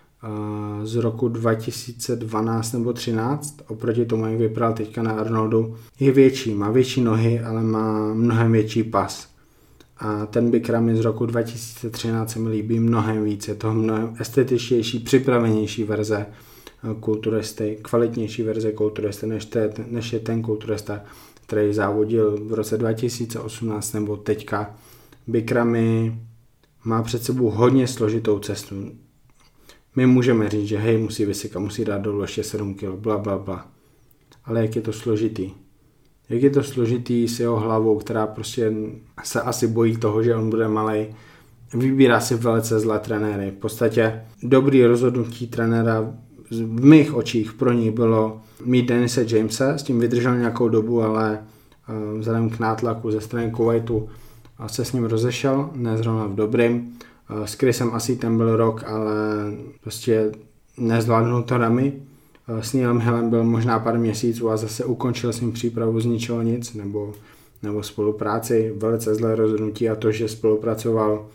z roku 2012 nebo 2013 oproti tomu, jak vypadal teďka na Arnoldu. Je větší, má větší nohy, ale má mnohem větší pas. A ten Big Ramy z roku 2013 se mi líbí mnohem víc. Je to mnohem estetičtější, připravenější verze kulturisty, kvalitnější verze kulturisty, než je ten kulturista, který závodil v roce 2018 nebo teďka. Big Ramy má před sebou hodně složitou cestu. My můžeme říct, že hej, musí vysykat, musí dát dolů ještě 7 kg, bla, bla, bla. Ale jak je to složitý? Jak je to složitý s jeho hlavou, která prostě se asi bojí toho, že on bude malej. Vybírá si velice zlé trenéry. V podstatě dobrý rozhodnutí trenéra v mých očích pro ní bylo mít Denise Jamese, s tím vydržel nějakou dobu, ale vzhledem k nátlaku ze strany Kuwaitu se s ním rozešel, ne zrovna v dobrým. S Chrisem asi ten byl rok, ale prostě nezvládnul to Ramy. S Neilem Hillem byl možná pár měsíců a zase ukončil svým přípravu z ničeho nic, nebo spolupráci, velice zlé rozhodnutí, a to, že spolupracoval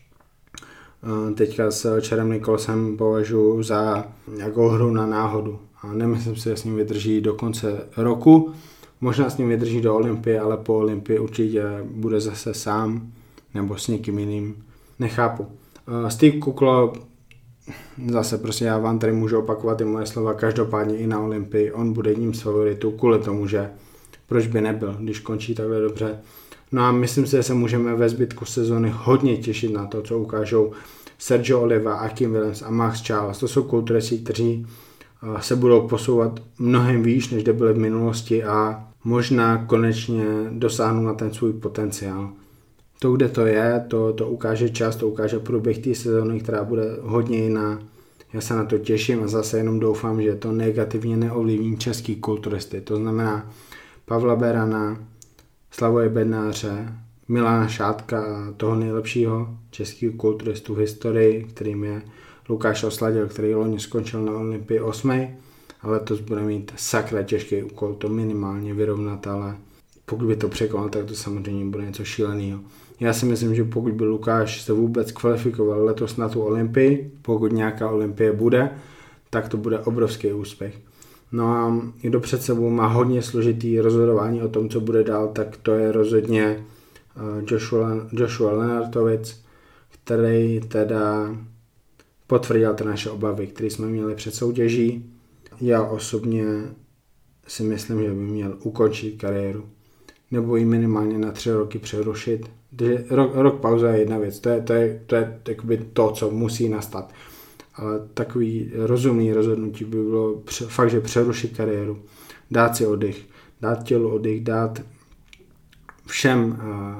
teďka s Cherem Nicholsem, považuji za nějakou hru na náhodu. A nemyslím si, že s ním vydrží do konce roku. Možná s ním vydrží do Olympie, ale po Olympii určitě bude zase sám nebo s někým jiným. Nechápu. Steve Kuklo, zase prostě já vám tady můžu opakovat i moje slova, každopádně i na Olympii on bude jedním z favoritů kvůli tomu, že proč by nebyl, když končí takhle dobře. No a myslím si, že se můžeme ve zbytku sezony hodně těšit na to, co ukážou Sergio Oliva, Akim Williams a Max Charles. To jsou kulturisti, kteří se budou posouvat mnohem výš, než kde byly v minulosti, a možná konečně dosáhnou na ten svůj potenciál. To, kde to je, to ukáže čas, to ukáže průběh té sezóny, která bude hodně jiná. Já se na to těším a zase jenom doufám, že to negativně neovlivní český kulturisty. To znamená Pavla Berana, Slavoje Bednáře, Milana Šátka a toho nejlepšího českého kulturistu v historii, kterým je Lukáš Osladil, který loni skončil na Olympii 8. A letos bude mít sakra těžký úkol to minimálně vyrovnat, ale pokud by to překonal, tak to samozřejmě bude něco šíleného. Já si myslím, že pokud by Lukáš se vůbec kvalifikoval letos na tu Olympii, pokud nějaká Olympie bude, tak to bude obrovský úspěch. No a kdo před sebou má hodně složitý rozhodování o tom, co bude dál, tak to je rozhodně Joshua Lenartovic, který teda potvrdil ty naše obavy, které jsme měli před soutěží. Já osobně si myslím, že by měl ukončit kariéru, nebo ji minimálně na 3 roky přerušit, Rok pauza je jedna věc, to je to, co musí nastat. Ale takový rozumný rozhodnutí by bylo fakt, že přerušit kariéru, dát si oddych, dát tělu oddych, dát všem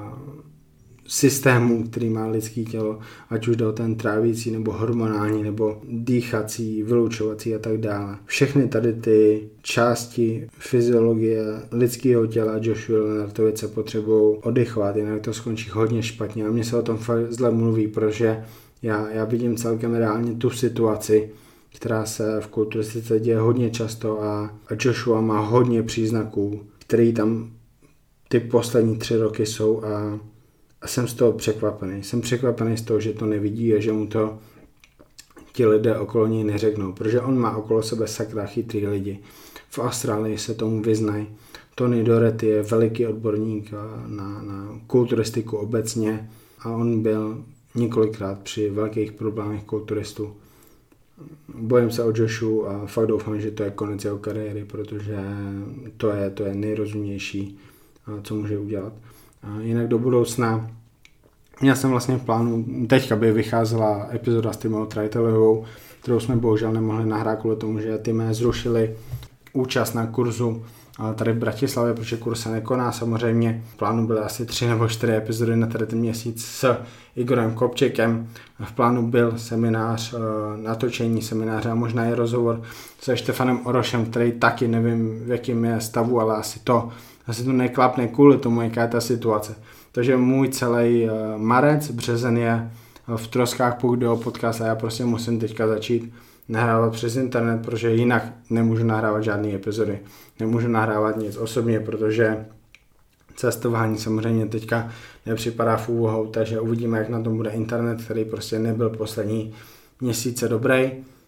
systémům, který má lidský tělo, ať už jde o ten trávící, nebo hormonální, nebo dýchací, vylučovací a tak dále. Všechny tady ty části fyziologie lidského těla Joshua Lenartovice potřebují oddychovat, jinak to skončí hodně špatně. A mně se o tom fakt zle mluví, protože já vidím celkem reálně tu situaci, která se v kulturistice děje hodně často a Joshua má hodně příznaků, které tam ty poslední 3 roky jsou a jsem z toho překvapený. Jsem překvapený z toho, že to nevidí a že mu to ti lidé okolo něj neřeknou, protože on má okolo sebe sakra chytrý lidi. V Austrálii se tomu vyznají. Tony Doherty je veliký odborník na kulturistiku obecně a on byl několikrát při velkých problémech kulturistů. Bojím se o Joshu a fakt doufám, že to je konec jeho kariéry, protože to je nejrozumnější, co může udělat. A jinak do budoucna, já jsem vlastně v plánu, teďka by vycházela epizoda s Timou Trajtelovou, kterou jsme bohužel nemohli nahrát kvůli tomu, že Timé zrušili účast na kurzu tady v Bratislavě, protože kurz se nekoná. Samozřejmě v plánu byly asi 3 nebo 4 epizody na tady ten měsíc s Igorem Kopčekem. V plánu byl seminář, natočení semináře a možná i rozhovor se Štefanem Orošem, který taky nevím, v jakém je stavu, ale asi to neklapne kvůli tomu, jaká je ta situace. Takže můj celý marec, březen je v troskách, pokud jde o podcast a já prostě musím teďka začít nahrávat přes internet, protože jinak nemůžu nahrávat žádné epizody. Nemůžu nahrávat nic osobně, protože cestování samozřejmě teďka nepřipadá v úvahou, takže uvidíme, jak na tom bude internet, který prostě nebyl poslední měsíce dobrý.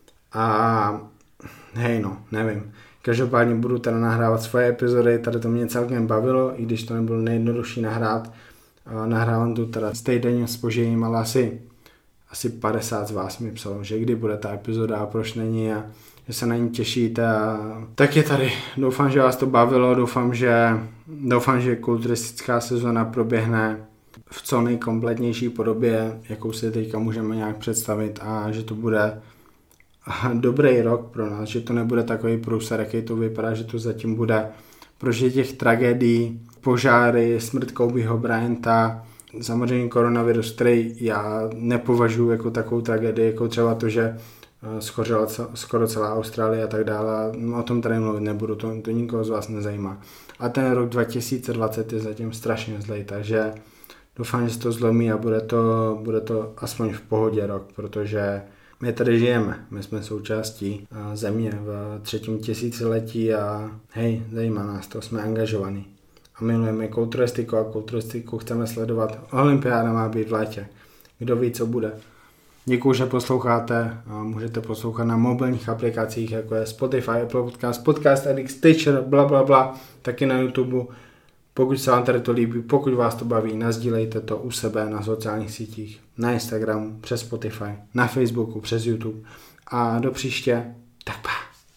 A hej no, nevím. Každopádně budu teda nahrávat svoje epizody, tady to mě celkem bavilo, i když to nebylo nejjednodušší nahrát. Nahrávám tu teda s týdenním zpožděním, ale asi 50 z vás mi psalo, že kdy bude ta epizoda a proč není a že se na ní těšíte a tak je tady. Doufám, že vás to bavilo, doufám, že kulturistická sezona proběhne v co nejkompletnější podobě, jakou si teďka můžeme nějak představit a že to bude dobrý rok pro nás, že to nebude takový průser, jaký to vypadá, že to zatím bude prožití těch tragédií, požáry, smrt Kobeho Bryanta, samozřejmě koronavirus, který já nepovažuji jako takovou tragédii, jako třeba to, že schořela skoro celá Austrálie a tak dále. O tom tady mluvit nebudu, to nikoho z vás nezajímá. A ten rok 2020 je zatím strašně zlej, takže doufám, že se to zlomí a bude to aspoň v pohodě rok, protože my tady žijeme, my jsme součástí země v 3. tisíciletí a hej, zajímá nás to, jsme angažovaní. A milujeme kulturistiku a kulturistiku chceme sledovat. Olympiáda má být v létě. Kdo ví, co bude. Děkuju, že posloucháte. Můžete poslouchat na mobilních aplikacích, jako je Spotify, Apple Podcast Addict, Stitcher, blablabla, taky na YouTube. Pokud se vám tady to líbí, pokud vás to baví, nasdílejte to u sebe na sociálních sítích, na Instagramu, přes Spotify, na Facebooku, přes YouTube. A do příště, tak pa.